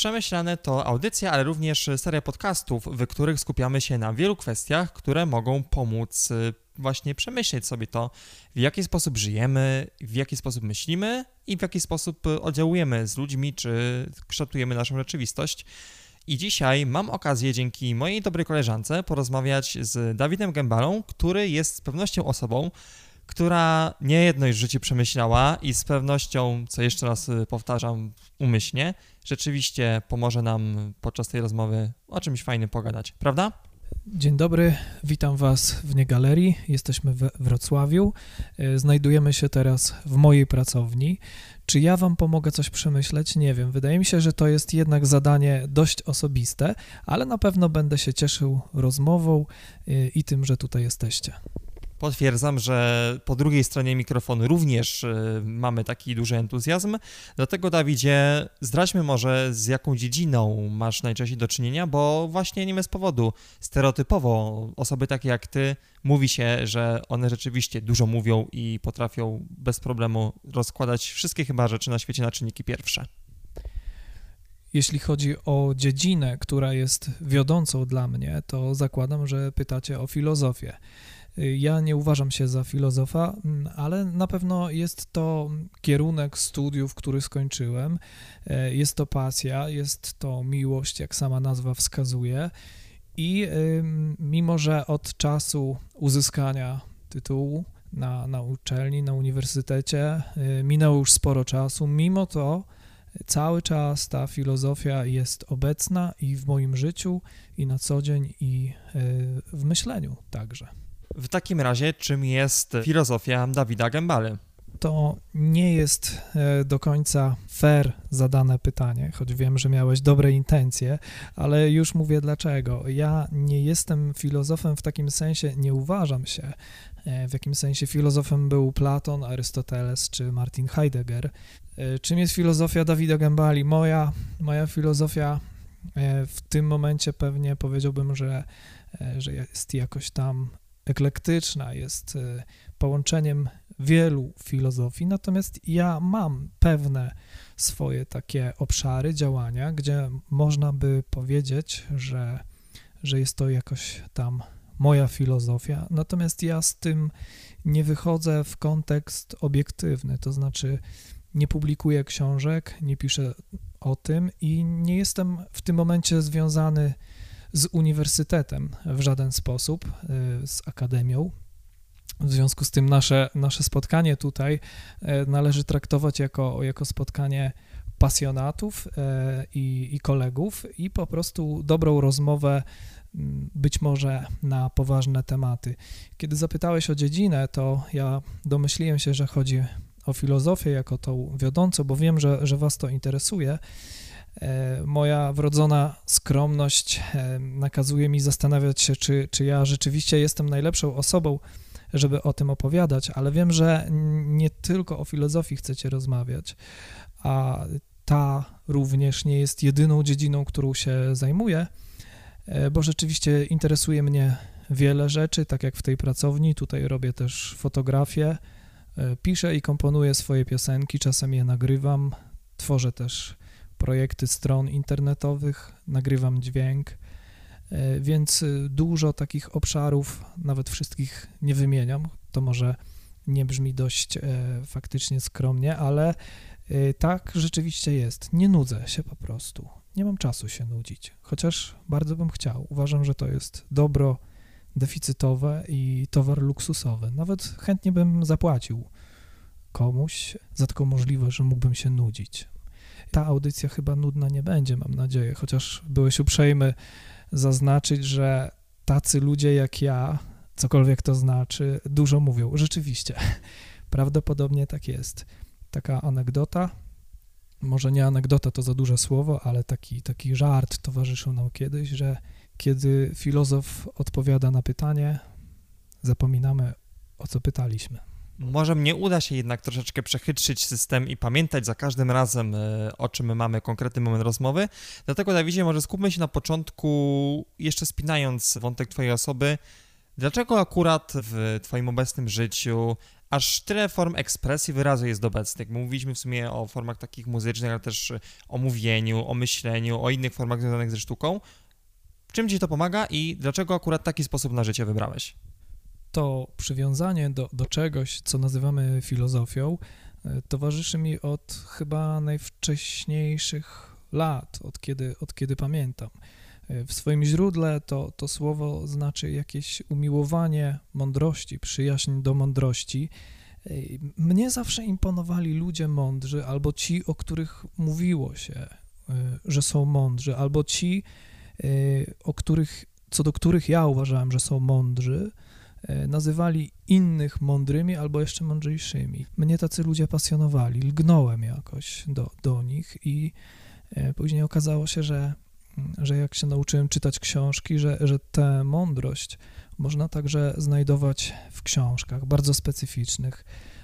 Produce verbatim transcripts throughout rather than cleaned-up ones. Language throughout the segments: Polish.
Przemyślane to audycja, ale również seria podcastów, w których skupiamy się na wielu kwestiach, które mogą pomóc właśnie przemyśleć sobie to, w jaki sposób żyjemy, w jaki sposób myślimy i w jaki sposób oddziałujemy z ludźmi, czy kształtujemy naszą rzeczywistość. I dzisiaj mam okazję dzięki mojej dobrej koleżance porozmawiać z Dawidem Gębalą, który jest z pewnością osobą, która niejedno już w życiu przemyślała i z pewnością, co jeszcze raz powtarzam umyślnie, rzeczywiście pomoże nam podczas tej rozmowy o czymś fajnym pogadać, prawda? Dzień dobry, witam Was w Niegalerii, jesteśmy we Wrocławiu, znajdujemy się teraz w mojej pracowni. Czy ja Wam pomogę coś przemyśleć? Nie wiem, wydaje mi się, że to jest jednak zadanie dość osobiste, ale na pewno będę się cieszył rozmową i tym, że tutaj jesteście. Potwierdzam, że po drugiej stronie mikrofonu również y, mamy taki duży entuzjazm. Dlatego, Dawidzie, zdradźmy może, z jaką dziedziną masz najczęściej do czynienia, bo właśnie nie bez powodu stereotypowo osoby takie jak ty mówi się, że one rzeczywiście dużo mówią i potrafią bez problemu rozkładać wszystkie chyba rzeczy na świecie na czynniki pierwsze. Jeśli chodzi o dziedzinę, która jest wiodącą dla mnie, to zakładam, że pytacie o filozofię. Ja nie uważam się za filozofa, ale na pewno jest to kierunek studiów, który skończyłem. Jest to pasja, jest to miłość, jak sama nazwa wskazuje. I mimo, że od czasu uzyskania tytułu na, na uczelni, na uniwersytecie minęło już sporo czasu, mimo to cały czas ta filozofia jest obecna i w moim życiu, i na co dzień, i w myśleniu także. W takim razie, czym jest filozofia Dawida Gębaly? To nie jest do końca fair zadane pytanie, choć wiem, że miałeś dobre intencje, ale już mówię dlaczego. Ja nie jestem filozofem w takim sensie, nie uważam się, w jakim sensie filozofem był Platon, Arystoteles czy Martin Heidegger. Czym jest filozofia Dawida Gębali? Moja, moja filozofia w tym momencie pewnie powiedziałbym, że, że jest jakoś tam eklektyczna, jest połączeniem wielu filozofii, natomiast ja mam pewne swoje takie obszary działania, gdzie można by powiedzieć, że, że jest to jakoś tam moja filozofia, natomiast ja z tym nie wychodzę w kontekst obiektywny, to znaczy nie publikuję książek, nie piszę o tym i nie jestem w tym momencie związany z uniwersytetem w żaden sposób, z akademią. W związku z tym nasze, nasze spotkanie tutaj należy traktować jako, jako spotkanie pasjonatów i, i kolegów i po prostu dobrą rozmowę, być może na poważne tematy. Kiedy zapytałeś o dziedzinę, to ja domyśliłem się, że chodzi o filozofię jako tą wiodącą, bo wiem, że, że Was to interesuje. Moja wrodzona skromność nakazuje mi zastanawiać się, czy, czy ja rzeczywiście jestem najlepszą osobą, żeby o tym opowiadać, ale wiem, że nie tylko o filozofii chcecie rozmawiać, a ta również nie jest jedyną dziedziną, którą się zajmuję, bo rzeczywiście interesuje mnie wiele rzeczy, tak jak w tej pracowni, tutaj robię też fotografię, piszę i komponuję swoje piosenki, czasem je nagrywam, tworzę też projekty stron internetowych, nagrywam dźwięk, więc dużo takich obszarów, nawet wszystkich nie wymieniam, to może nie brzmi dość faktycznie skromnie, ale tak rzeczywiście jest, nie nudzę się po prostu, nie mam czasu się nudzić, chociaż bardzo bym chciał, uważam, że to jest dobro deficytowe i towar luksusowy, nawet chętnie bym zapłacił komuś za taką możliwość, że mógłbym się nudzić. Ta audycja chyba nudna nie będzie, mam nadzieję, chociaż byłeś uprzejmy zaznaczyć, że tacy ludzie jak ja, cokolwiek to znaczy, dużo mówią. Rzeczywiście, prawdopodobnie tak jest. Taka anegdota, może nie anegdota to za duże słowo, ale taki, taki żart towarzyszył nam kiedyś, że kiedy filozof odpowiada na pytanie, zapominamy, o co pytaliśmy. Może mnie uda się jednak troszeczkę przechytrzyć system i pamiętać za każdym razem, o czym my mamy konkretny moment rozmowy. Dlatego, Dawidzie, może skupmy się na początku, jeszcze spinając wątek twojej osoby. Dlaczego akurat w twoim obecnym życiu aż tyle form ekspresji, wyrazu jest obecnych. Mówiliśmy w sumie o formach takich muzycznych, ale też o mówieniu, o myśleniu, o innych formach związanych ze sztuką. Czym ci to pomaga i dlaczego akurat taki sposób na życie wybrałeś? To przywiązanie do, do czegoś, co nazywamy filozofią, towarzyszy mi od chyba najwcześniejszych lat, od kiedy, od kiedy pamiętam. W swoim źródle to, to słowo znaczy jakieś umiłowanie mądrości, przyjaźń do mądrości. Mnie zawsze imponowali ludzie mądrzy, albo ci, o których mówiło się, że są mądrzy, albo ci, o których, co do których ja uważałem, że są mądrzy, nazywali innych mądrymi albo jeszcze mądrzejszymi. Mnie tacy ludzie pasjonowali, lgnąłem jakoś do, do nich i później okazało się, że, że jak się nauczyłem czytać książki, że, że tę mądrość można także znajdować w książkach bardzo specyficznych,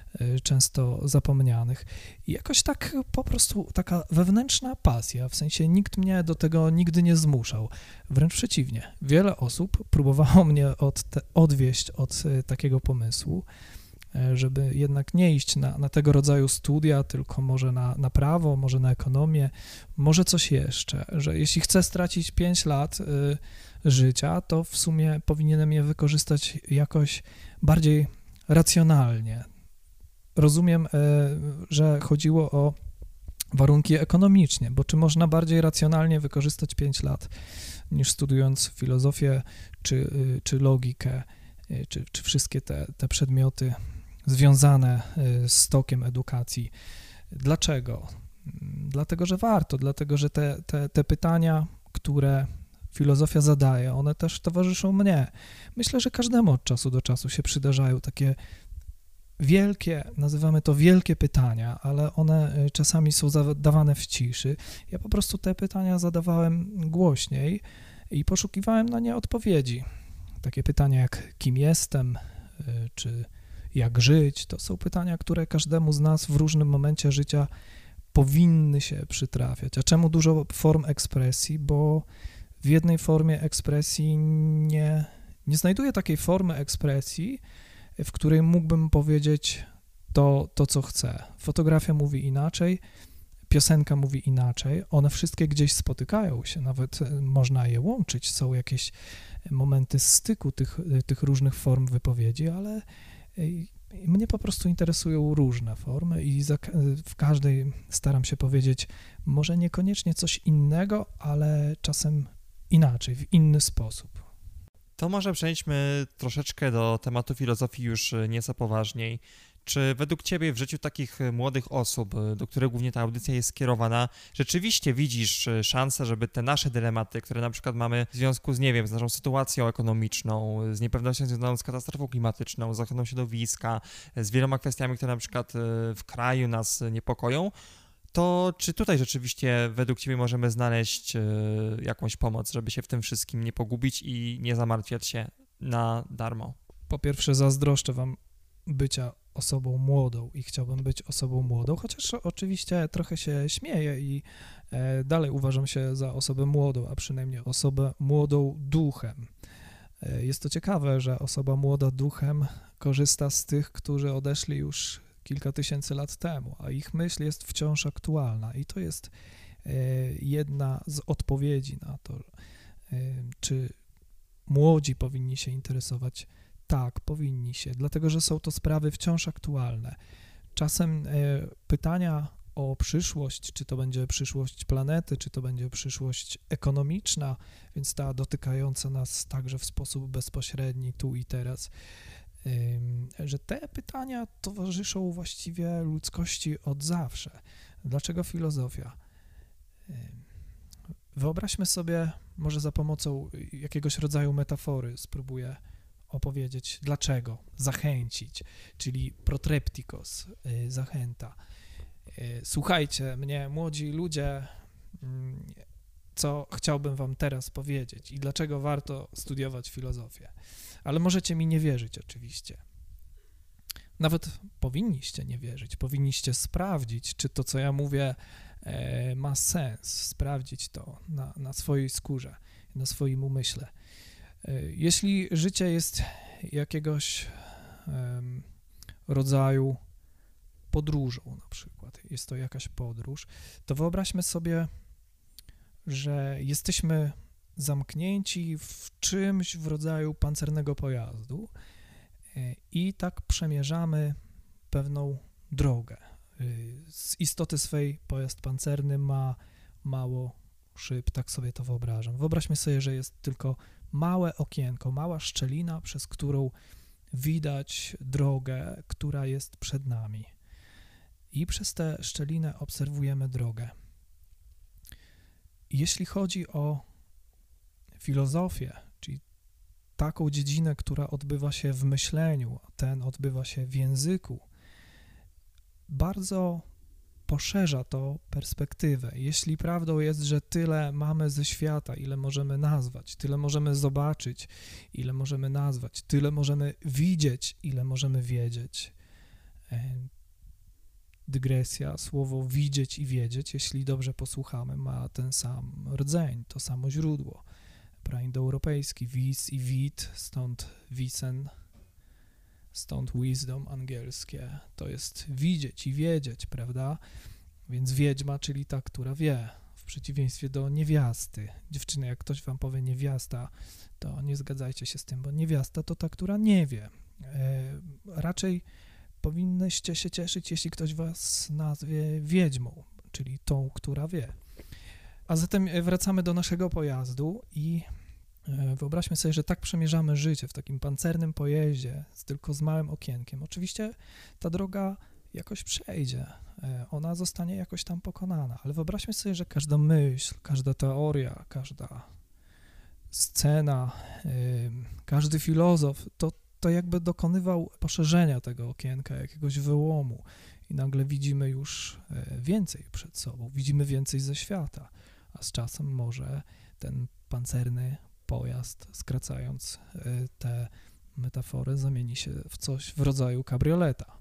często zapomnianych. I jakoś tak po prostu taka wewnętrzna pasja, w sensie nikt mnie do tego nigdy nie zmuszał. Wręcz przeciwnie. Wiele osób próbowało mnie od te, odwieść od takiego pomysłu, żeby jednak nie iść na, na tego rodzaju studia, tylko może na, na prawo, może na ekonomię, może coś jeszcze, że jeśli chcę stracić pięć lat y, życia, to w sumie powinienem je wykorzystać jakoś bardziej racjonalnie. Rozumiem, że chodziło o warunki ekonomiczne, bo czy można bardziej racjonalnie wykorzystać pięć lat niż studiując filozofię czy, czy logikę, czy, czy wszystkie te, te przedmioty związane z tokiem edukacji. Dlaczego? Dlatego, że warto, dlatego, że te, te, te pytania, które filozofia zadaje, one też towarzyszą mnie. Myślę, że każdemu od czasu do czasu się przydarzają takie wielkie, nazywamy to wielkie pytania, ale one czasami są zadawane w ciszy. Ja po prostu te pytania zadawałem głośniej i poszukiwałem na nie odpowiedzi. Takie pytania jak kim jestem, czy jak żyć, to są pytania, które każdemu z nas w różnym momencie życia powinny się przytrafiać. A czemu dużo form ekspresji? Bo w jednej formie ekspresji nie, nie znajduję takiej formy ekspresji, w której mógłbym powiedzieć to, to, co chcę. Fotografia mówi inaczej, piosenka mówi inaczej, one wszystkie gdzieś spotykają się, nawet można je łączyć, są jakieś momenty styku tych, tych różnych form wypowiedzi, ale mnie po prostu interesują różne formy i za, w każdej staram się powiedzieć może niekoniecznie coś innego, ale czasem inaczej, w inny sposób. To może przejdźmy troszeczkę do tematu filozofii już nieco poważniej. Czy według Ciebie w życiu takich młodych osób, do których głównie ta audycja jest skierowana, rzeczywiście widzisz szansę, żeby te nasze dylematy, które na przykład mamy w związku z, nie wiem, z naszą sytuacją ekonomiczną, z niepewnością związaną z katastrofą klimatyczną, z ochroną środowiska, z wieloma kwestiami, które na przykład w kraju nas niepokoją, to czy tutaj rzeczywiście według Ciebie możemy znaleźć jakąś pomoc, żeby się w tym wszystkim nie pogubić i nie zamartwiać się na darmo? Po pierwsze, zazdroszczę Wam bycia osobą młodą i chciałbym być osobą młodą, chociaż oczywiście trochę się śmieję i e, dalej uważam się za osobę młodą, a przynajmniej osobę młodą duchem. E, jest to ciekawe, że osoba młoda duchem korzysta z tych, którzy odeszli już kilka tysięcy lat temu, a ich myśl jest wciąż aktualna i to jest e, jedna z odpowiedzi na to, e, czy młodzi powinni się interesować. Tak, powinni się, dlatego że są to sprawy wciąż aktualne. Czasem e, pytania o przyszłość, czy to będzie przyszłość planety, czy to będzie przyszłość ekonomiczna, więc ta dotykająca nas także w sposób bezpośredni, tu i teraz, e, że te pytania towarzyszą właściwie ludzkości od zawsze. Dlaczego filozofia? E, wyobraźmy sobie, może za pomocą jakiegoś rodzaju metafory spróbuję opowiedzieć, dlaczego, zachęcić, czyli protreptikos, y, zachęta. Y, słuchajcie mnie, młodzi ludzie, y, co chciałbym wam teraz powiedzieć i dlaczego warto studiować filozofię. Ale możecie mi nie wierzyć oczywiście. Nawet powinniście nie wierzyć, powinniście sprawdzić, czy to, co ja mówię, y, ma sens, sprawdzić to na, na swojej skórze, na swoim umyśle. Jeśli życie jest jakiegoś um, rodzaju podróżą na przykład, jest to jakaś podróż, to wyobraźmy sobie, że jesteśmy zamknięci w czymś w rodzaju pancernego pojazdu i tak przemierzamy pewną drogę. Z istoty swej pojazd pancerny ma mało szyb, tak sobie to wyobrażam. Wyobraźmy sobie, że jest tylko małe okienko, mała szczelina, przez którą widać drogę, która jest przed nami. I przez tę szczelinę obserwujemy drogę. Jeśli chodzi o filozofię, czyli taką dziedzinę, która odbywa się w myśleniu, ten odbywa się w języku, bardzo poszerza to perspektywę. Jeśli prawdą jest, że tyle mamy ze świata, ile możemy nazwać, tyle możemy zobaczyć, ile możemy nazwać, tyle możemy widzieć, ile możemy wiedzieć. Dygresja, słowo widzieć i wiedzieć, jeśli dobrze posłuchamy, ma ten sam rdzeń, to samo źródło. Praindoeuropejski, vis i wid, stąd wissen, stąd wisdom angielskie, to jest widzieć i wiedzieć, prawda? Więc wiedźma, czyli ta, która wie, w przeciwieństwie do niewiasty. Dziewczyny, jak ktoś wam powie niewiasta, to nie zgadzajcie się z tym, bo niewiasta to ta, która nie wie. E, raczej powinnyście się cieszyć, jeśli ktoś was nazwie wiedźmą, czyli tą, która wie. A zatem wracamy do naszego pojazdu i wyobraźmy sobie, że tak przemierzamy życie w takim pancernym pojeździe, z, tylko z małym okienkiem. Oczywiście ta droga jakoś przejdzie, ona zostanie jakoś tam pokonana, ale wyobraźmy sobie, że każda myśl, każda teoria, każda scena, każdy filozof, to, to jakby dokonywał poszerzenia tego okienka, jakiegoś wyłomu i nagle widzimy już więcej przed sobą, widzimy więcej ze świata, a z czasem może ten pancerny pojazd, skracając tę metaforę, zamieni się w coś w rodzaju kabrioleta.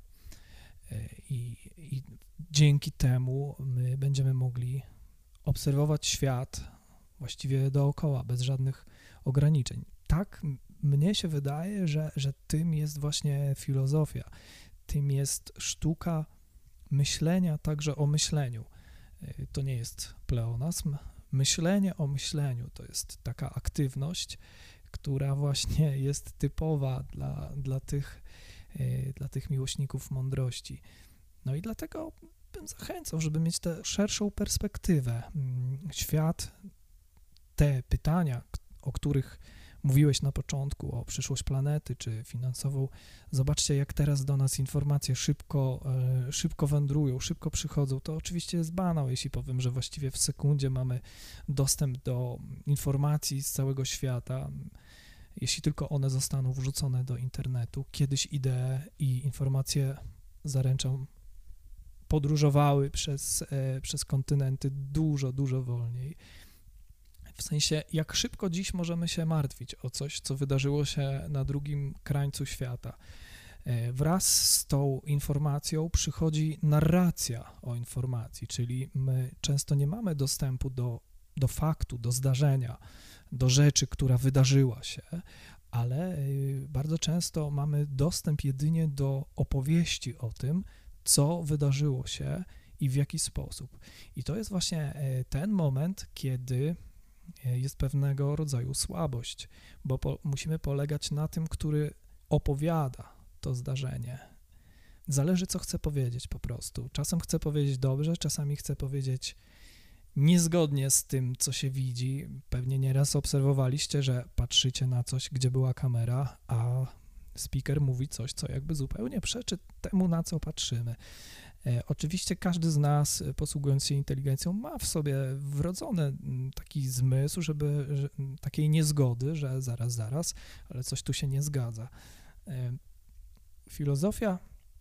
I, I dzięki temu my będziemy mogli obserwować świat właściwie dookoła, bez żadnych ograniczeń. Tak mnie się wydaje, że, że tym jest właśnie filozofia, tym jest sztuka myślenia także o myśleniu. To nie jest pleonazm. Myślenie o myśleniu to jest taka aktywność, która właśnie jest typowa dla, dla, tych, dla tych miłośników mądrości. No i dlatego bym zachęcał, żeby mieć tę szerszą perspektywę. Świat, te pytania, o których mówiłeś na początku, o przyszłość planety czy finansową, zobaczcie, jak teraz do nas informacje szybko, szybko wędrują, szybko przychodzą. To oczywiście jest banał, jeśli powiem, że właściwie w sekundzie mamy dostęp do informacji z całego świata, jeśli tylko one zostaną wrzucone do internetu. Kiedyś idee i informacje, zaręczam, podróżowały przez, przez kontynenty dużo, dużo wolniej. W sensie, jak szybko dziś możemy się martwić o coś, co wydarzyło się na drugim krańcu świata. Wraz z tą informacją przychodzi narracja o informacji, czyli my często nie mamy dostępu do, do faktu, do zdarzenia, do rzeczy, która wydarzyła się, ale bardzo często mamy dostęp jedynie do opowieści o tym, co wydarzyło się i w jaki sposób. I to jest właśnie ten moment, kiedy jest pewnego rodzaju słabość, bo po, musimy polegać na tym, który opowiada to zdarzenie. Zależy, co chce powiedzieć po prostu. Czasem chce powiedzieć dobrze, czasami chce powiedzieć niezgodnie z tym, co się widzi. Pewnie nieraz obserwowaliście, że patrzycie na coś, gdzie była kamera, a speaker mówi coś, co jakby zupełnie przeczy temu, na co patrzymy. E, oczywiście każdy z nas, posługując się inteligencją, ma w sobie wrodzony taki zmysł, żeby że, takiej niezgody, że zaraz, zaraz, ale coś tu się nie zgadza. E, filozofia,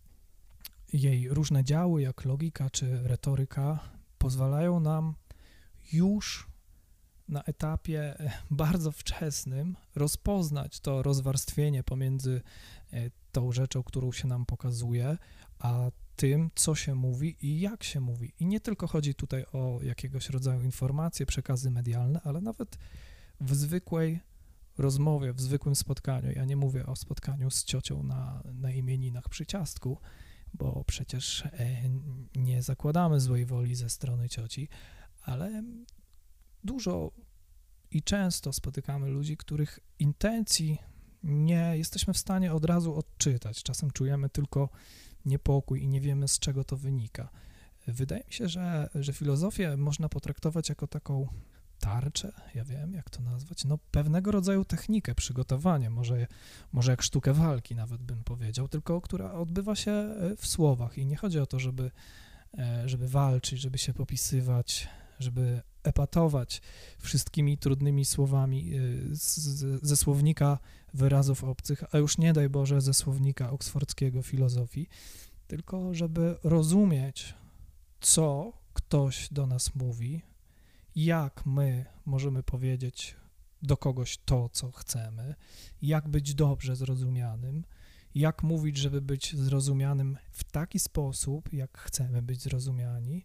jej różne działy, jak logika czy retoryka, pozwalają nam już na etapie bardzo wczesnym rozpoznać to rozwarstwienie pomiędzy tą rzeczą, którą się nam pokazuje, a tym, co się mówi i jak się mówi. I nie tylko chodzi tutaj o jakiegoś rodzaju informacje, przekazy medialne, ale nawet w zwykłej rozmowie, w zwykłym spotkaniu, ja nie mówię o spotkaniu z ciocią na, na imieninach przy ciastku, bo przecież nie zakładamy złej woli ze strony cioci, ale dużo i często spotykamy ludzi, których intencji nie jesteśmy w stanie od razu odczytać. Czasem czujemy tylko niepokój i nie wiemy, z czego to wynika. Wydaje mi się, że, że filozofię można potraktować jako taką tarczę, ja wiem, jak to nazwać, no pewnego rodzaju technikę przygotowania, może, może jak sztukę walki nawet bym powiedział, tylko która odbywa się w słowach i nie chodzi o to, żeby, żeby walczyć, żeby się popisywać, żeby epatować wszystkimi trudnymi słowami z, ze słownika wyrazów obcych, a już nie daj Boże ze słownika oksfordzkiego filozofii, tylko żeby rozumieć, co ktoś do nas mówi, jak my możemy powiedzieć do kogoś to, co chcemy, jak być dobrze zrozumianym, jak mówić, żeby być zrozumianym w taki sposób, jak chcemy być zrozumiani,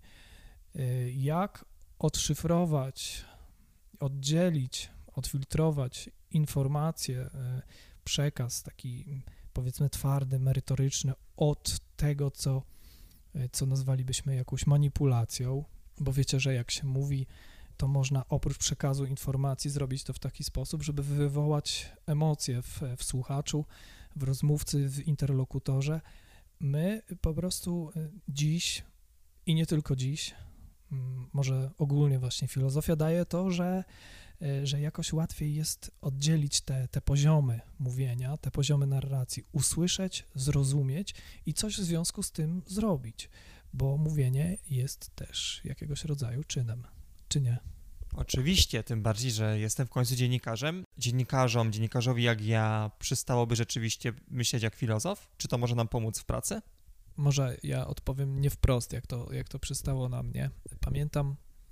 jak odszyfrować, oddzielić, odfiltrować informacje, przekaz taki, powiedzmy, twardy, merytoryczny od tego, co, co nazwalibyśmy jakąś manipulacją, bo wiecie, że jak się mówi, to można oprócz przekazu informacji zrobić to w taki sposób, żeby wywołać emocje w, w słuchaczu, w rozmówcy, w interlokutorze. My po prostu dziś i nie tylko dziś, może ogólnie właśnie filozofia daje to, że, że jakoś łatwiej jest oddzielić te, te poziomy mówienia, te poziomy narracji, usłyszeć, zrozumieć i coś w związku z tym zrobić, bo mówienie jest też jakiegoś rodzaju czynem, czy nie? Oczywiście, tym bardziej, że jestem w końcu dziennikarzem. Dziennikarzom, dziennikarzowi jak ja przystałoby rzeczywiście myśleć jak filozof? Czy to może nam pomóc w pracy? Może ja odpowiem nie wprost, jak to, jak to przystało na mnie. Pamiętam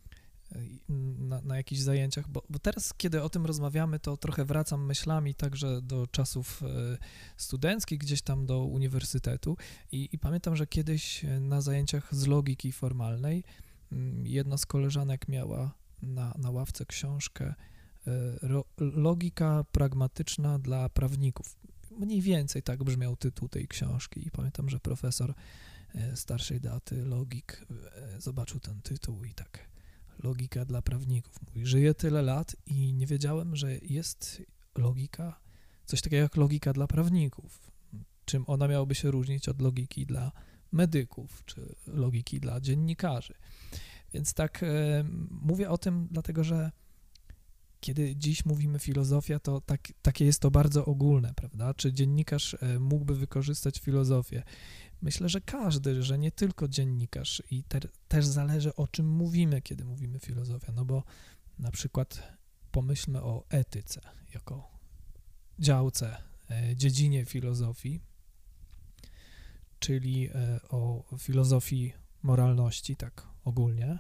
na, na jakichś zajęciach, bo, bo teraz, kiedy o tym rozmawiamy, to trochę wracam myślami także do czasów studenckich, gdzieś tam do uniwersytetu i, i pamiętam, że kiedyś na zajęciach z logiki formalnej jedna z koleżanek miała na, na ławce książkę Logika pragmatyczna dla prawników. Mniej więcej tak brzmiał tytuł tej książki i pamiętam, że profesor starszej daty, logik, zobaczył ten tytuł i tak, logika dla prawników. Mówi, żyję tyle lat i nie wiedziałem, że jest logika, coś takiego jak logika dla prawników. Czym ona miałaby się różnić od logiki dla medyków, czy logiki dla dziennikarzy. Więc tak e, mówię o tym, dlatego że kiedy dziś mówimy filozofia, to tak, takie jest to bardzo ogólne, prawda? Czy dziennikarz mógłby wykorzystać filozofię? Myślę, że każdy, że nie tylko dziennikarz i te, też zależy, o czym mówimy, kiedy mówimy filozofia, no bo na przykład pomyślmy o etyce jako działce, dziedzinie filozofii, czyli o filozofii moralności, tak ogólnie.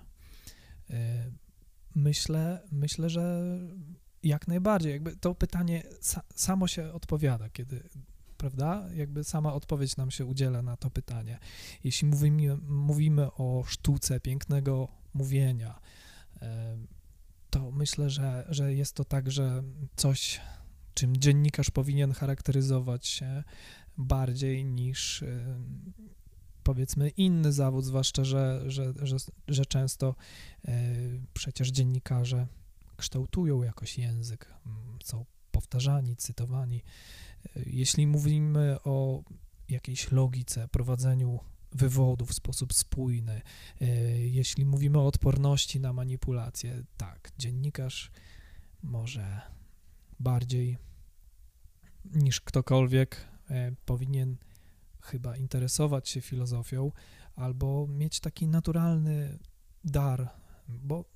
Myślę, myślę, że jak najbardziej, jakby to pytanie sa, samo się odpowiada, kiedy, prawda, jakby sama odpowiedź nam się udziela na to pytanie. Jeśli mówimy, mówimy o sztuce pięknego mówienia, to myślę, że, że jest to także coś, czym dziennikarz powinien charakteryzować się bardziej niż powiedzmy inny zawód, zwłaszcza, że, że, że, że często y, przecież dziennikarze kształtują jakoś język, są powtarzani, cytowani. Y, jeśli mówimy o jakiejś logice, prowadzeniu wywodu w sposób spójny, y, jeśli mówimy o odporności na manipulację, tak, dziennikarz może bardziej niż ktokolwiek y, powinien chyba interesować się filozofią albo mieć taki naturalny dar, bo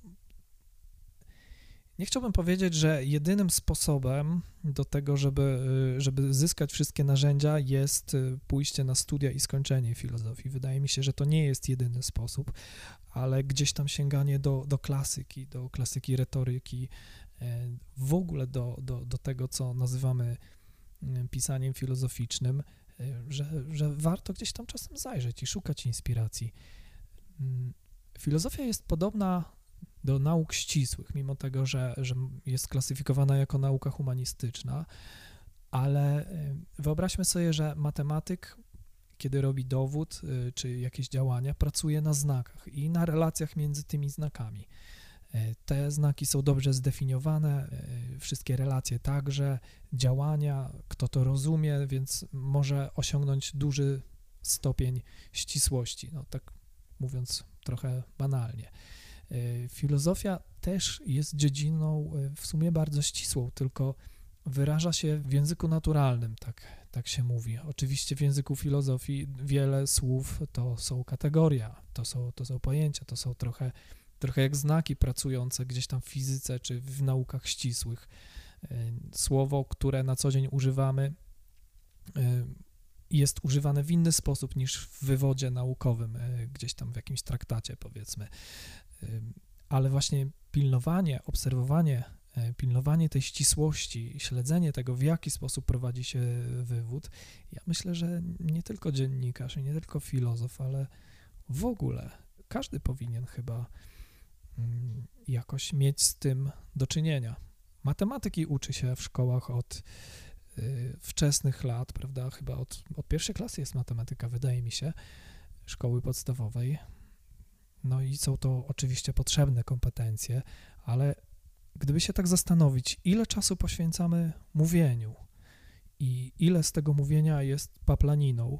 nie chciałbym powiedzieć, że jedynym sposobem do tego, żeby, żeby zyskać wszystkie narzędzia jest pójście na studia i skończenie filozofii. Wydaje mi się, że to nie jest jedyny sposób, ale gdzieś tam sięganie do, do klasyki, do klasyki retoryki, w ogóle do, do, do tego, co nazywamy pisaniem filozoficznym, Że, że warto gdzieś tam czasem zajrzeć i szukać inspiracji. Filozofia jest podobna do nauk ścisłych, mimo tego, że, że jest klasyfikowana jako nauka humanistyczna, ale wyobraźmy sobie, że matematyk, kiedy robi dowód czy jakieś działania, pracuje na znakach i na relacjach między tymi znakami. Te znaki są dobrze zdefiniowane, wszystkie relacje także, działania, kto to rozumie, więc może osiągnąć duży stopień ścisłości, no tak mówiąc trochę banalnie. Filozofia też jest dziedziną w sumie bardzo ścisłą, tylko wyraża się w języku naturalnym, tak, tak się mówi. Oczywiście w języku filozofii wiele słów to są kategoria, to są, to są pojęcia, to są trochę, trochę jak znaki pracujące gdzieś tam w fizyce czy w naukach ścisłych. Słowo, które na co dzień używamy, jest używane w inny sposób niż w wywodzie naukowym, gdzieś tam w jakimś traktacie, powiedzmy. Ale właśnie pilnowanie, obserwowanie, pilnowanie tej ścisłości, śledzenie tego, w jaki sposób prowadzi się wywód, ja myślę, że nie tylko dziennikarz i nie tylko filozof, ale w ogóle każdy powinien chyba jakoś mieć z tym do czynienia. Matematyki uczy się w szkołach od wczesnych lat, prawda, chyba od, od pierwszej klasy jest matematyka, wydaje mi się, szkoły podstawowej. No i są to oczywiście potrzebne kompetencje, ale gdyby się tak zastanowić, ile czasu poświęcamy mówieniu i ile z tego mówienia jest paplaniną,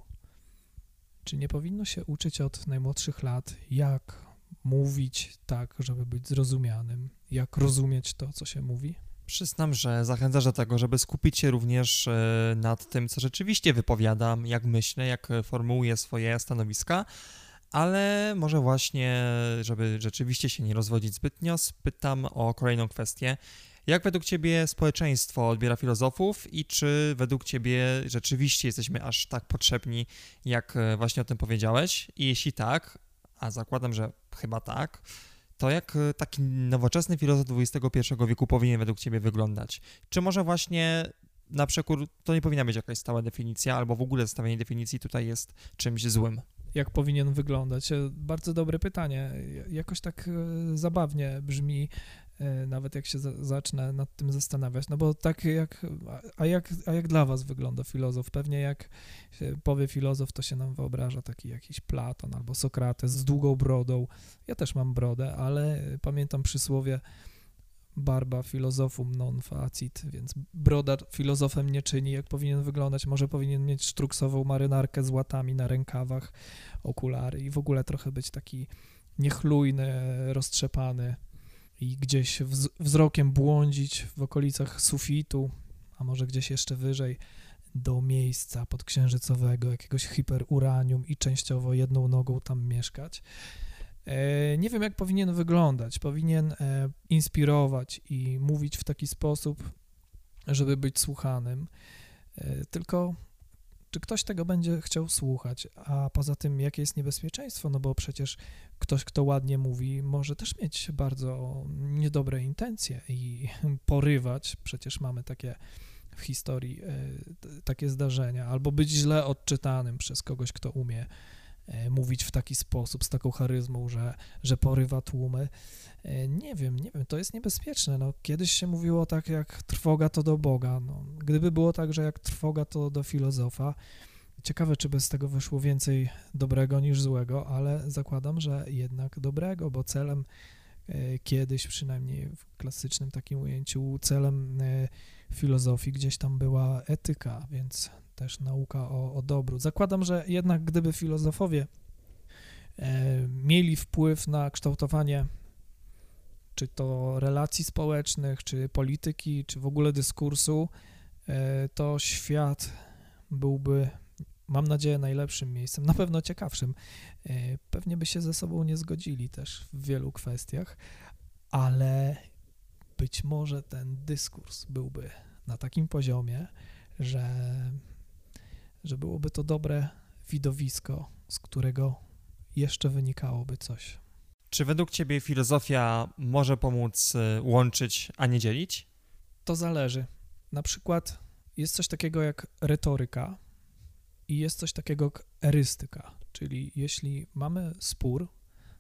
czy nie powinno się uczyć od najmłodszych lat, jak mówić tak, żeby być zrozumianym, jak rozumieć to, co się mówi? Przyznam, że zachęcasz do tego, żeby skupić się również nad tym, co rzeczywiście wypowiadam, jak myślę, jak formułuję swoje stanowiska, ale może właśnie, żeby rzeczywiście się nie rozwodzić zbytnio, spytam o kolejną kwestię. Jak według Ciebie społeczeństwo odbiera filozofów i czy według Ciebie rzeczywiście jesteśmy aż tak potrzebni, jak właśnie o tym powiedziałeś? I jeśli tak, a zakładam, że chyba tak, to jak taki nowoczesny filozof dwudziestego pierwszego wieku powinien według Ciebie wyglądać? Czy może właśnie na przekór to nie powinna być jakaś stała definicja, albo w ogóle zestawienie definicji tutaj jest czymś złym? Jak powinien wyglądać? Bardzo dobre pytanie. Jakoś tak zabawnie brzmi, nawet jak się za, zacznę nad tym zastanawiać, no bo tak jak, a jak, a jak dla was wygląda filozof? Pewnie jak się powie filozof, to się nam wyobraża taki jakiś Platon albo Sokrates z długą brodą. Ja też mam brodę, ale pamiętam przysłowie barba filozofum non facit, więc broda filozofem nie czyni. Jak powinien wyglądać? Może powinien mieć sztruksową marynarkę z łatami na rękawach, okulary i w ogóle trochę być taki niechlujny, roztrzepany i gdzieś wz- wzrokiem błądzić w okolicach sufitu, a może gdzieś jeszcze wyżej do miejsca podksiężycowego, jakiegoś hiperuranium i częściowo jedną nogą tam mieszkać. Nie wiem, jak powinien wyglądać. Powinien inspirować i mówić w taki sposób, żeby być słuchanym. Tylko czy ktoś tego będzie chciał słuchać? A poza tym, jakie jest niebezpieczeństwo? No bo przecież ktoś, kto ładnie mówi, może też mieć bardzo niedobre intencje i porywać. Przecież mamy takie w historii takie zdarzenia. Albo być źle odczytanym przez kogoś, kto umie mówić w taki sposób, z taką charyzmą, że, że porywa tłumy. Nie wiem, nie wiem, to jest niebezpieczne. No, kiedyś się mówiło tak, jak trwoga to do Boga. No, gdyby było tak, że jak trwoga to do filozofa, ciekawe, czy by z tego wyszło więcej dobrego niż złego, ale zakładam, że jednak dobrego, bo celem kiedyś, przynajmniej w klasycznym takim ujęciu, celem filozofii gdzieś tam była etyka, więc też nauka o, o dobru. Zakładam, że jednak gdyby filozofowie e, mieli wpływ na kształtowanie czy to relacji społecznych, czy polityki, czy w ogóle dyskursu, e, to świat byłby, mam nadzieję, najlepszym miejscem, na pewno ciekawszym. E, pewnie by się ze sobą nie zgodzili też w wielu kwestiach, ale być może ten dyskurs byłby na takim poziomie, że że byłoby to dobre widowisko, z którego jeszcze wynikałoby coś. Czy według Ciebie filozofia może pomóc łączyć, a nie dzielić? To zależy. Na przykład jest coś takiego jak retoryka i jest coś takiego jak erystyka, czyli jeśli mamy spór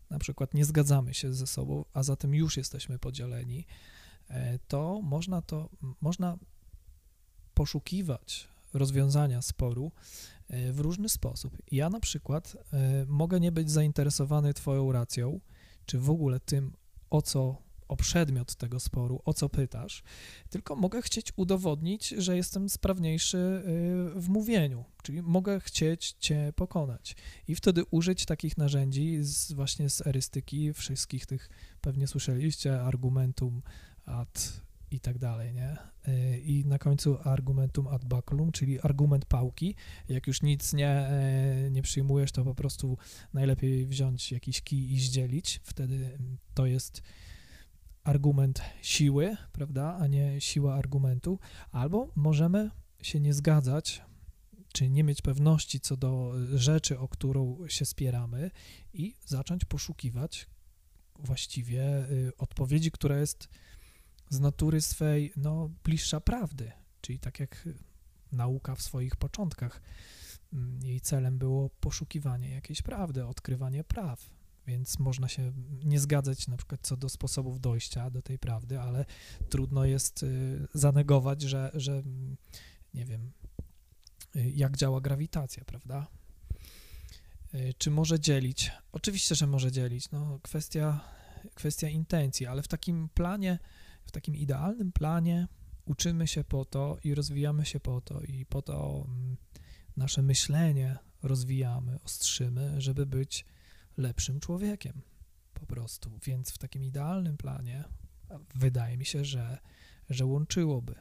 na przykład nie zgadzamy się ze sobą, a zatem już jesteśmy podzieleni, to można to, można poszukiwać rozwiązania sporu w różny sposób. Ja na przykład mogę nie być zainteresowany twoją racją, czy w ogóle tym, o co, o przedmiot tego sporu, o co pytasz, tylko mogę chcieć udowodnić, że jestem sprawniejszy w mówieniu, czyli mogę chcieć cię pokonać i wtedy użyć takich narzędzi z, właśnie z erystyki, wszystkich tych, pewnie słyszeliście, argumentum ad i tak dalej, nie? I na końcu argumentum ad baculum, czyli argument pałki. Jak już nic nie, nie przyjmujesz, to po prostu najlepiej wziąć jakiś kij i zdzielić. Wtedy to jest argument siły, prawda, a nie siła argumentu. Albo możemy się nie zgadzać, czy nie mieć pewności co do rzeczy, o którą się spieramy i zacząć poszukiwać właściwie odpowiedzi, która jest z natury swej, no, bliższa prawdy, czyli tak jak nauka w swoich początkach. Jej celem było poszukiwanie jakiejś prawdy, odkrywanie praw, więc można się nie zgadzać na przykład co do sposobów dojścia do tej prawdy, ale trudno jest zanegować, że, że nie wiem, jak działa grawitacja, prawda? Czy może dzielić? Oczywiście, że może dzielić, no, kwestia, kwestia intencji, ale w takim planie, w takim idealnym planie uczymy się po to i rozwijamy się po to i po to nasze myślenie rozwijamy, ostrzymy, żeby być lepszym człowiekiem po prostu. Więc w takim idealnym planie wydaje mi się, że, że łączyłoby.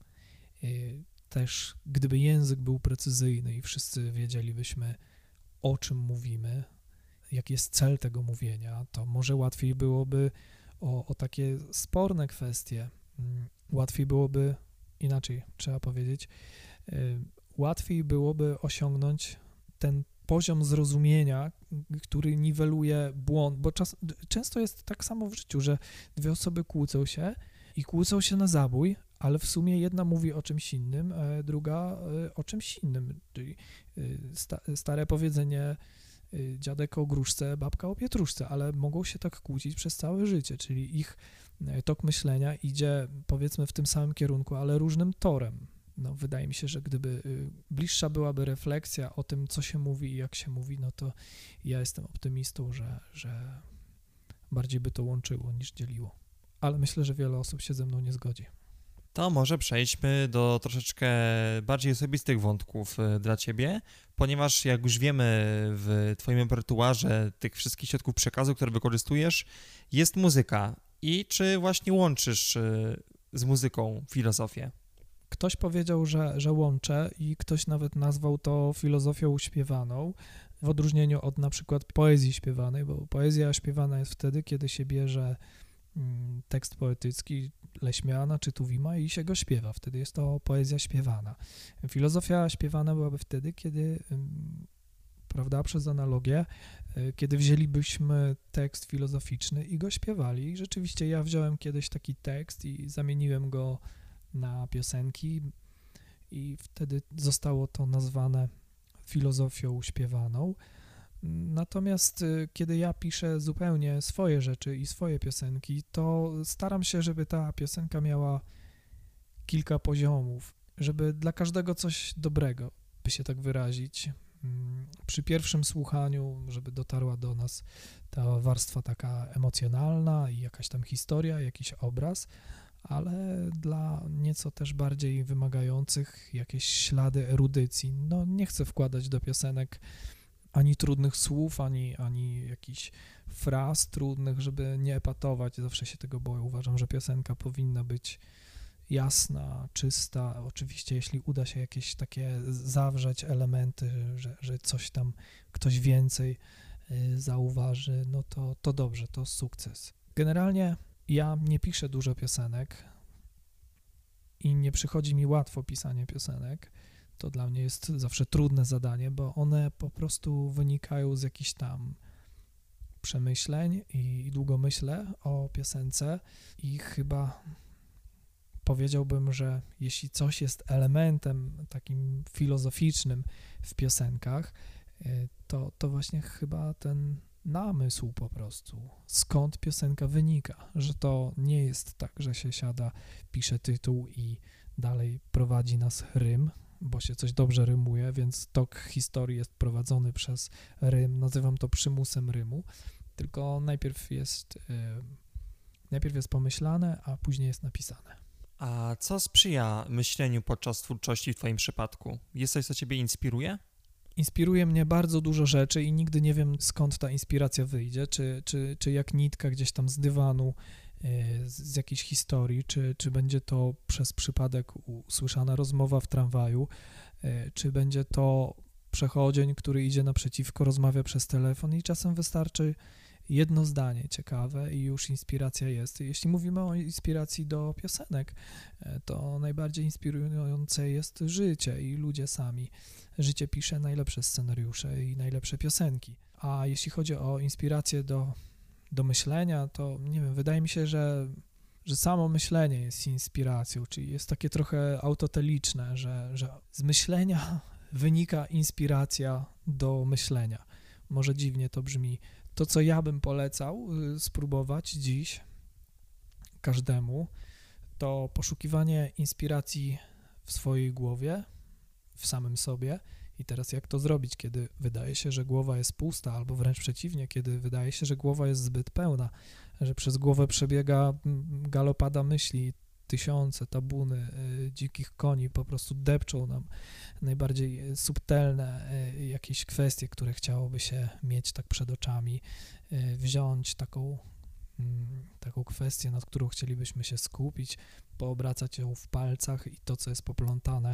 Też gdyby język był precyzyjny i wszyscy wiedzielibyśmy, o czym mówimy, jaki jest cel tego mówienia, to może łatwiej byłoby o, o takie sporne kwestie, łatwiej byłoby, inaczej trzeba powiedzieć, łatwiej byłoby osiągnąć ten poziom zrozumienia, który niweluje błąd, bo czas, często jest tak samo w życiu, że dwie osoby kłócą się i kłócą się na zabój, ale w sumie jedna mówi o czymś innym, a druga o czymś innym, czyli sta, stare powiedzenie dziadek o gruszce, babka o pietruszce, ale mogą się tak kłócić przez całe życie, czyli ich tok myślenia idzie powiedzmy w tym samym kierunku, ale różnym torem. No, wydaje mi się, że gdyby bliższa byłaby refleksja o tym, co się mówi i jak się mówi, no to ja jestem optymistą, że, że bardziej by to łączyło niż dzieliło. Ale myślę, że wiele osób się ze mną nie zgodzi. To może przejdźmy do troszeczkę bardziej osobistych wątków dla Ciebie, ponieważ jak już wiemy w Twoim repertuarze tych wszystkich środków przekazu, które wykorzystujesz, jest muzyka. I czy właśnie łączysz z muzyką filozofię? Ktoś powiedział, że, że łączę i ktoś nawet nazwał to filozofią śpiewaną, w odróżnieniu od na przykład poezji śpiewanej, bo poezja śpiewana jest wtedy, kiedy się bierze tekst poetycki Leśmiana czy Tuwima i się go śpiewa. Wtedy jest to poezja śpiewana. Filozofia śpiewana byłaby wtedy, kiedy, prawda, przez analogię, kiedy wzięlibyśmy tekst filozoficzny i go śpiewali. I rzeczywiście ja wziąłem kiedyś taki tekst i zamieniłem go na piosenki i wtedy zostało to nazwane filozofią śpiewaną. Natomiast kiedy ja piszę zupełnie swoje rzeczy i swoje piosenki, to staram się, żeby ta piosenka miała kilka poziomów, żeby dla każdego coś dobrego, by się tak wyrazić. Przy pierwszym słuchaniu, żeby dotarła do nas ta warstwa taka emocjonalna i jakaś tam historia, jakiś obraz, ale dla nieco też bardziej wymagających jakieś ślady erudycji. No nie chcę wkładać do piosenek ani trudnych słów, ani, ani jakichś fraz trudnych, żeby nie epatować. Zawsze się tego boję. Uważam, że piosenka powinna być jasna, czysta. Oczywiście, jeśli uda się jakieś takie zawrzeć elementy, że, że coś tam ktoś więcej zauważy, no to, to dobrze, to sukces. Generalnie ja nie piszę dużo piosenek i nie przychodzi mi łatwo pisanie piosenek. To dla mnie jest zawsze trudne zadanie, bo one po prostu wynikają z jakichś tam przemyśleń i długo myślę o piosence i chyba powiedziałbym, że jeśli coś jest elementem takim filozoficznym w piosenkach, to, to właśnie chyba ten namysł po prostu, skąd piosenka wynika, że to nie jest tak, że się siada, pisze tytuł i dalej prowadzi nas rym, bo się coś dobrze rymuje, więc tok historii jest prowadzony przez rym, nazywam to przymusem rymu, tylko najpierw jest, yy, najpierw jest pomyślane, a później jest napisane. A co sprzyja myśleniu podczas twórczości w twoim przypadku? Jest coś, co ciebie inspiruje? Inspiruje mnie bardzo dużo rzeczy i nigdy nie wiem, skąd ta inspiracja wyjdzie, czy, czy, czy jak nitka gdzieś tam z dywanu, yy, z jakiejś historii, czy, czy będzie to przez przypadek usłyszana rozmowa w tramwaju, yy, czy będzie to przechodzień, który idzie naprzeciwko, rozmawia przez telefon i czasem wystarczy jedno zdanie ciekawe i już inspiracja jest. Jeśli mówimy o inspiracji do piosenek, to najbardziej inspirujące jest życie i ludzie sami. Życie pisze najlepsze scenariusze i najlepsze piosenki. A jeśli chodzi o inspirację do, do myślenia, to nie wiem, wydaje mi się, że, że samo myślenie jest inspiracją, czyli jest takie trochę autoteliczne, że, że z myślenia wynika inspiracja do myślenia. Może dziwnie to brzmi. To, co ja bym polecał spróbować dziś każdemu, to poszukiwanie inspiracji w swojej głowie, w samym sobie. I teraz jak to zrobić, kiedy wydaje się, że głowa jest pusta, albo wręcz przeciwnie, kiedy wydaje się, że głowa jest zbyt pełna, że przez głowę przebiega galopada myśli, tysiące, tabuny y, dzikich koni po prostu depczą nam najbardziej subtelne y, jakieś kwestie, które chciałoby się mieć tak przed oczami, y, wziąć taką, y, taką kwestię, nad którą chcielibyśmy się skupić, poobracać ją w palcach i to, co jest poplątane,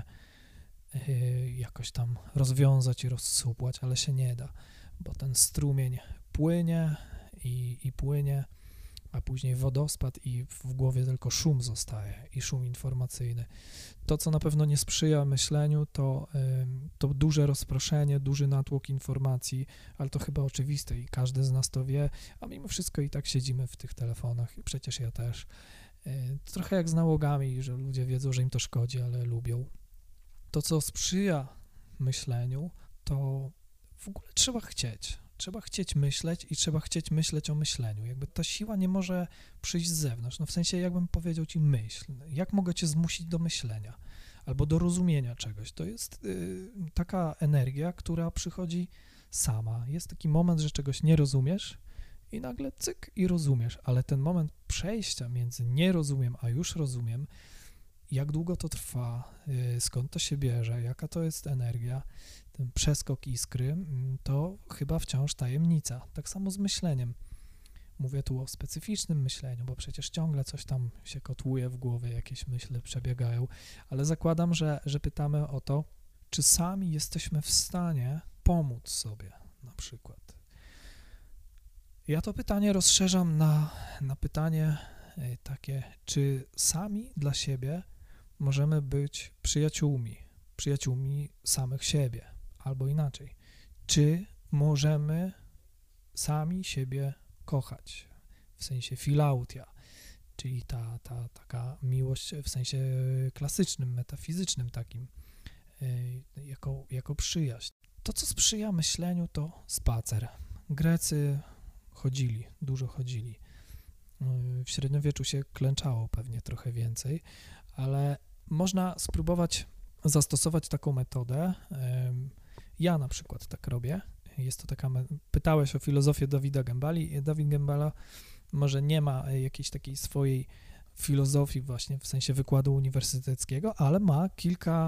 y, jakoś tam rozwiązać i rozsupłać, ale się nie da, bo ten strumień płynie i, i płynie, a później wodospad i w głowie tylko szum zostaje i szum informacyjny. To, co na pewno nie sprzyja myśleniu, to, to duże rozproszenie, duży natłok informacji, ale to chyba oczywiste i każdy z nas to wie, a mimo wszystko i tak siedzimy w tych telefonach i przecież ja też. Trochę jak z nałogami, że ludzie wiedzą, że im to szkodzi, ale lubią. To, co sprzyja myśleniu, to w ogóle trzeba chcieć. Trzeba chcieć myśleć i trzeba chcieć myśleć o myśleniu. Jakby ta siła nie może przyjść z zewnątrz. No w sensie, jakbym powiedział ci myśl. Jak mogę cię zmusić do myślenia albo do rozumienia czegoś? To jest y, taka energia, która przychodzi sama. Jest taki moment, że czegoś nie rozumiesz i nagle cyk i rozumiesz, ale ten moment przejścia między nie rozumiem, a już rozumiem, jak długo to trwa, y, skąd to się bierze, jaka to jest energia, ten przeskok iskry, to chyba wciąż tajemnica. Tak samo z myśleniem. Mówię tu o specyficznym myśleniu, bo przecież ciągle coś tam się kotłuje w głowie, jakieś myśli przebiegają, ale zakładam, że, że pytamy o to, czy sami jesteśmy w stanie pomóc sobie na przykład. Ja to pytanie rozszerzam na, na pytanie takie, czy sami dla siebie możemy być przyjaciółmi, przyjaciółmi samych siebie, albo inaczej. Czy możemy sami siebie kochać, w sensie filautia, czyli ta, ta taka miłość w sensie klasycznym, metafizycznym takim, jako, jako przyjaźń. To, co sprzyja myśleniu, to spacer. Grecy chodzili, dużo chodzili. W średniowieczu się klęczało pewnie trochę więcej, ale można spróbować zastosować taką metodę. Ja na przykład tak robię. Jest to taka, pytałeś o filozofię Davida Gembali. David Gembala może nie ma jakiejś takiej swojej filozofii właśnie w sensie wykładu uniwersyteckiego, ale ma kilka,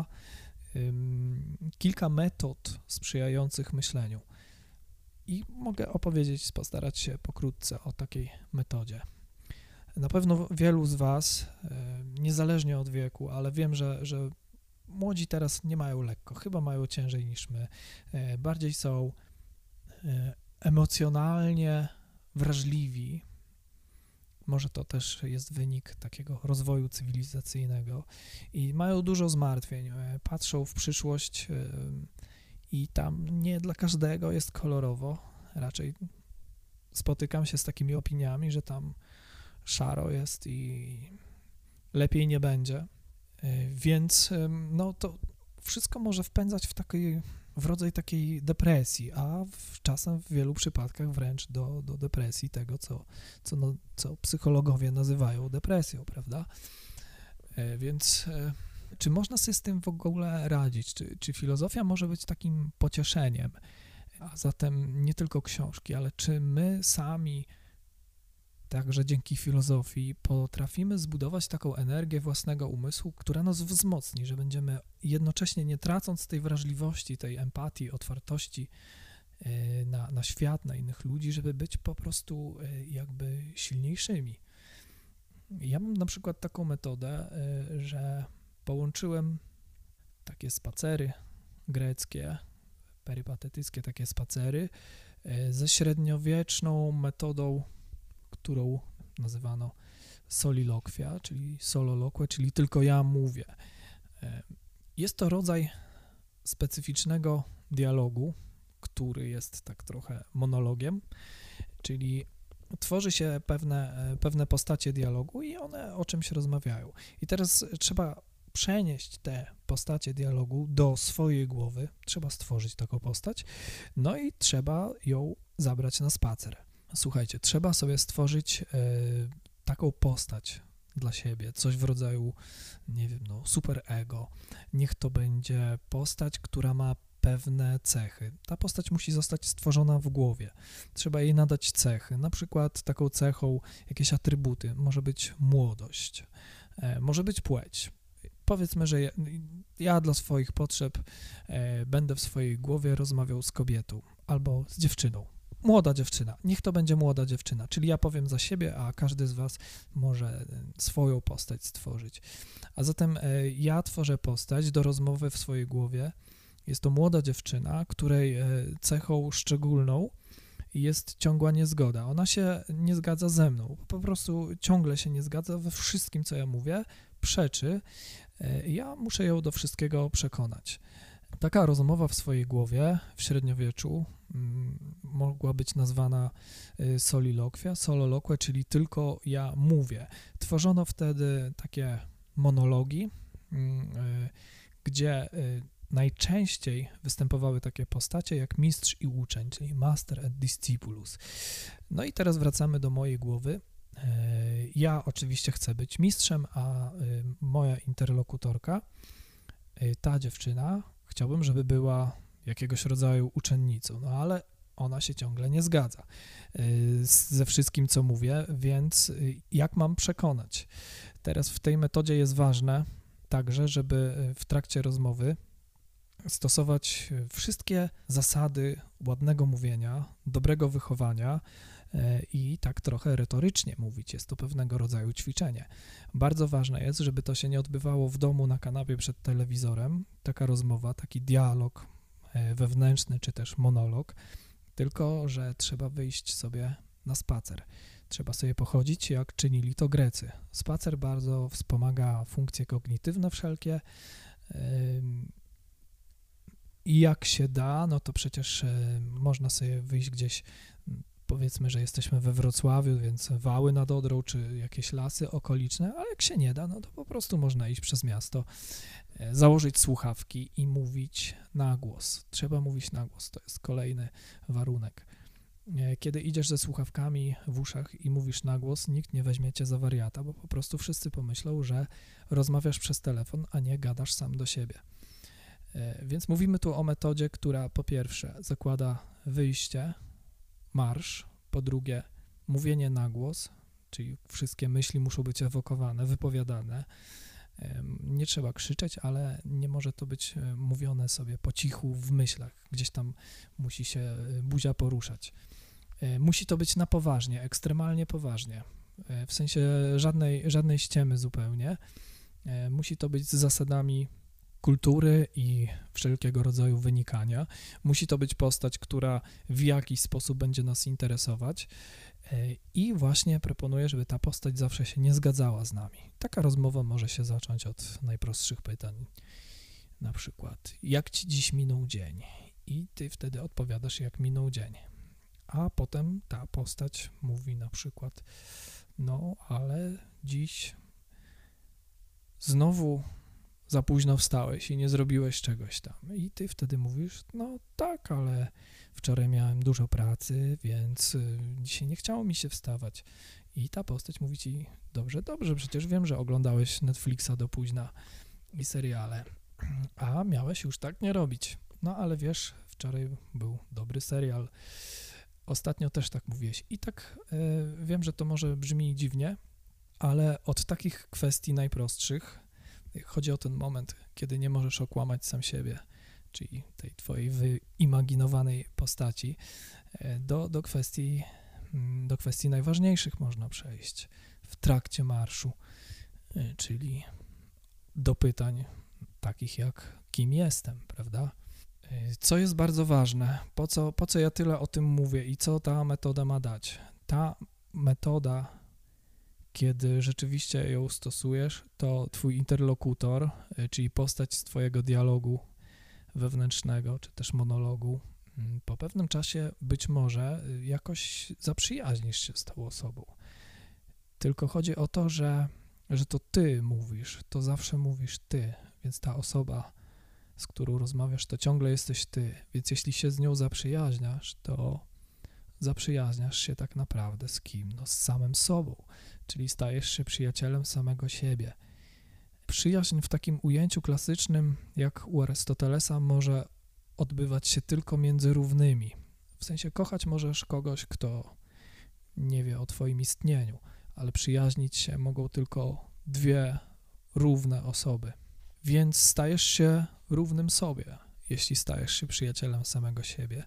um, kilka metod sprzyjających myśleniu. I mogę opowiedzieć, postarać się pokrótce o takiej metodzie. Na pewno wielu z was, niezależnie od wieku, ale wiem, że, że młodzi teraz nie mają lekko, chyba mają ciężej niż my. Bardziej są emocjonalnie wrażliwi. Może to też jest wynik takiego rozwoju cywilizacyjnego i mają dużo zmartwień. Patrzą w przyszłość i tam nie dla każdego jest kolorowo. Raczej spotykam się z takimi opiniami, że tam szaro jest i lepiej nie będzie. Więc no to wszystko może wpędzać w taki w rodzaj takiej depresji, a w, czasem w wielu przypadkach wręcz do, do depresji, tego, co, co, no, co psychologowie nazywają depresją, prawda? E, więc e, czy można sobie z tym w ogóle radzić? Czy, czy filozofia może być takim pocieszeniem? A zatem nie tylko książki, ale czy my sami, także dzięki filozofii, potrafimy zbudować taką energię własnego umysłu, która nas wzmocni, że będziemy jednocześnie nie tracąc tej wrażliwości, tej empatii, otwartości na, na świat, na innych ludzi, żeby być po prostu jakby silniejszymi. Ja mam na przykład taką metodę, że połączyłem takie spacery greckie, perypatetyckie takie spacery ze średniowieczną metodą, którą nazywano soliloquia, czyli sololoquia, czyli tylko ja mówię. Jest to rodzaj specyficznego dialogu, który jest tak trochę monologiem, czyli tworzy się pewne, pewne postacie dialogu i one o czymś rozmawiają. I teraz trzeba przenieść te postacie dialogu do swojej głowy, trzeba stworzyć taką postać, no i trzeba ją zabrać na spacer. Słuchajcie, trzeba sobie stworzyć y, taką postać dla siebie, coś w rodzaju, nie wiem, no, super ego. Niech to będzie postać, która ma pewne cechy. Ta postać musi zostać stworzona w głowie. Trzeba jej nadać cechy, na przykład taką cechą jakieś atrybuty. Może być młodość, y, może być płeć. Powiedzmy, że ja, ja dla swoich potrzeb y, będę w swojej głowie rozmawiał z kobietą albo z dziewczyną. Młoda dziewczyna, niech to będzie młoda dziewczyna, czyli ja powiem za siebie, a każdy z was może swoją postać stworzyć. A zatem ja tworzę postać do rozmowy w swojej głowie. Jest to młoda dziewczyna, której cechą szczególną jest ciągła niezgoda. Ona się nie zgadza ze mną, po prostu ciągle się nie zgadza we wszystkim, co ja mówię, przeczy. Ja muszę ją do wszystkiego przekonać. Taka rozmowa w swojej głowie w średniowieczu mm, mogła być nazwana y, soliloquia, sololoquia, czyli tylko ja mówię. Tworzono wtedy takie monologi, y, y, gdzie y, najczęściej występowały takie postacie jak mistrz i uczeń, czyli master and discipulus. No i teraz wracamy do mojej głowy. Y, ja oczywiście chcę być mistrzem, a y, moja interlokutorka, y, ta dziewczyna, chciałbym, żeby była jakiegoś rodzaju uczennicą, no ale ona się ciągle nie zgadza y, ze wszystkim, co mówię, więc y, jak mam przekonać? Teraz w tej metodzie jest ważne także, żeby w trakcie rozmowy stosować wszystkie zasady ładnego mówienia, dobrego wychowania y, i tak trochę retorycznie mówić. Jest to pewnego rodzaju ćwiczenie. Bardzo ważne jest, żeby to się nie odbywało w domu na kanapie przed telewizorem, taka rozmowa, taki dialog wewnętrzny czy też monolog, tylko że trzeba wyjść sobie na spacer. Trzeba sobie pochodzić, jak czynili to Grecy. Spacer bardzo wspomaga funkcje kognitywne wszelkie i jak się da, no to przecież można sobie wyjść gdzieś, powiedzmy, że jesteśmy we Wrocławiu, więc Wały nad Odrą, czy jakieś lasy okoliczne, ale jak się nie da, no to po prostu można iść przez miasto, założyć słuchawki i mówić na głos. Trzeba mówić na głos, to jest kolejny warunek. Kiedy idziesz ze słuchawkami w uszach i mówisz na głos, nikt nie weźmie cię za wariata, bo po prostu wszyscy pomyślą, że rozmawiasz przez telefon, a nie gadasz sam do siebie. Więc mówimy tu o metodzie, która po pierwsze zakłada wyjście, marsz, po drugie mówienie na głos, czyli wszystkie myśli muszą być ewokowane, wypowiadane. Nie trzeba krzyczeć, ale nie może to być mówione sobie po cichu w myślach, gdzieś tam musi się buzia poruszać. Musi to być na poważnie, ekstremalnie poważnie, w sensie żadnej, żadnej ściemy zupełnie. Musi to być z zasadami kultury i wszelkiego rodzaju wynikania. Musi to być postać, która w jakiś sposób będzie nas interesować i właśnie proponuję, żeby ta postać zawsze się nie zgadzała z nami. Taka rozmowa może się zacząć od najprostszych pytań, na przykład jak ci dziś minął dzień? I ty wtedy odpowiadasz, jak minął dzień. A potem ta postać mówi na przykład, no ale dziś znowu za późno wstałeś i nie zrobiłeś czegoś tam. I ty wtedy mówisz, no tak, ale wczoraj miałem dużo pracy, więc y, dzisiaj nie chciało mi się wstawać. I ta postać mówi ci, dobrze, dobrze, przecież wiem, że oglądałeś Netflixa do późna i seriale, a miałeś już tak nie robić. No ale wiesz, wczoraj był dobry serial, ostatnio też tak mówiłeś. I tak y, wiem, że to może brzmi dziwnie, ale od takich kwestii najprostszych chodzi o ten moment, kiedy nie możesz okłamać sam siebie, czyli tej twojej wyimaginowanej postaci, do, do, kwestii, do kwestii najważniejszych można przejść w trakcie marszu, czyli do pytań takich jak kim jestem, prawda? Co jest bardzo ważne, po co, po co ja tyle o tym mówię i co ta metoda ma dać? Ta metoda, kiedy rzeczywiście ją stosujesz, to twój interlokutor, czyli postać z twojego dialogu wewnętrznego, czy też monologu, po pewnym czasie być może jakoś zaprzyjaźnisz się z tą osobą. Tylko chodzi o to, że, że to ty mówisz, to zawsze mówisz ty, więc ta osoba, z którą rozmawiasz, to ciągle jesteś ty, więc jeśli się z nią zaprzyjaźniasz, to zaprzyjaźniasz się tak naprawdę z kim? No z samym sobą, czyli stajesz się przyjacielem samego siebie. Przyjaźń w takim ujęciu klasycznym, jak u Arystotelesa, może odbywać się tylko między równymi. W sensie kochać możesz kogoś, kto nie wie o twoim istnieniu, ale przyjaźnić się mogą tylko dwie równe osoby. Więc stajesz się równym sobie, jeśli stajesz się przyjacielem samego siebie.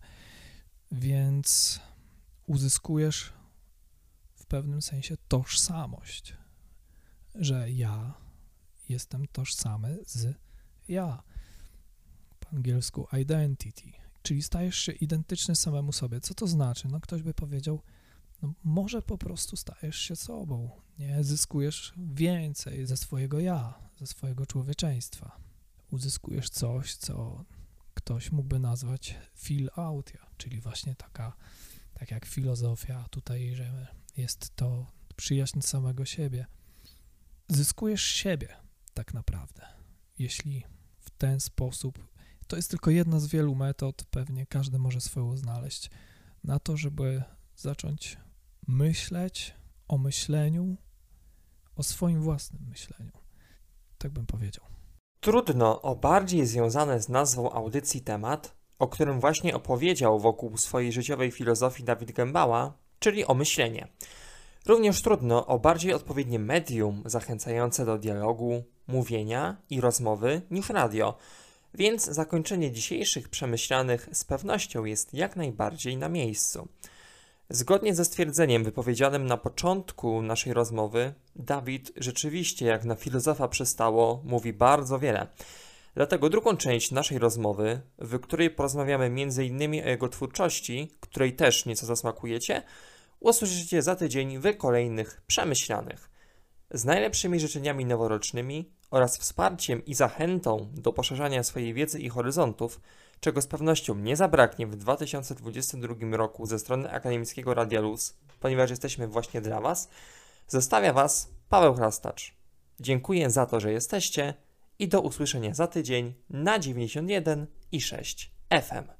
Więc uzyskujesz w pewnym sensie tożsamość, że ja jestem tożsamy z ja. Po angielsku identity, czyli stajesz się identyczny samemu sobie. Co to znaczy? No ktoś by powiedział, no może po prostu stajesz się sobą, nie? Zyskujesz więcej ze swojego ja, ze swojego człowieczeństwa. Uzyskujesz coś, co ktoś mógłby nazwać philautia, czyli właśnie taka, tak jak filozofia tutaj, że jest to przyjaźń samego siebie. Zyskujesz siebie tak naprawdę, jeśli w ten sposób, to jest tylko jedna z wielu metod, pewnie każdy może swoją znaleźć, na to, żeby zacząć myśleć o myśleniu, o swoim własnym myśleniu. Tak bym powiedział. Trudno o bardziej związany z nazwą audycji temat, o którym właśnie opowiedział wokół swojej życiowej filozofii Dawid Gębała, czyli o myślenie. Również trudno o bardziej odpowiednie medium zachęcające do dialogu, mówienia i rozmowy niż radio, więc zakończenie dzisiejszych przemyślanych z pewnością jest jak najbardziej na miejscu. Zgodnie ze stwierdzeniem wypowiedzianym na początku naszej rozmowy, Dawid rzeczywiście, jak na filozofa przystało, mówi bardzo wiele. Dlatego drugą część naszej rozmowy, w której porozmawiamy między innymi o jego twórczości, której też nieco zasmakujecie, usłyszycie za tydzień w kolejnych przemyślanych. Z najlepszymi życzeniami noworocznymi oraz wsparciem i zachętą do poszerzania swojej wiedzy i horyzontów, czego z pewnością nie zabraknie w dwa tysiące dwudziestym drugim roku ze strony Akademickiego Radia Luz, ponieważ jesteśmy właśnie dla Was, zostawia Was Paweł Chrastacz. Dziękuję za to, że jesteście i do usłyszenia za tydzień na dziewięćdziesiąt jeden i sześć F M.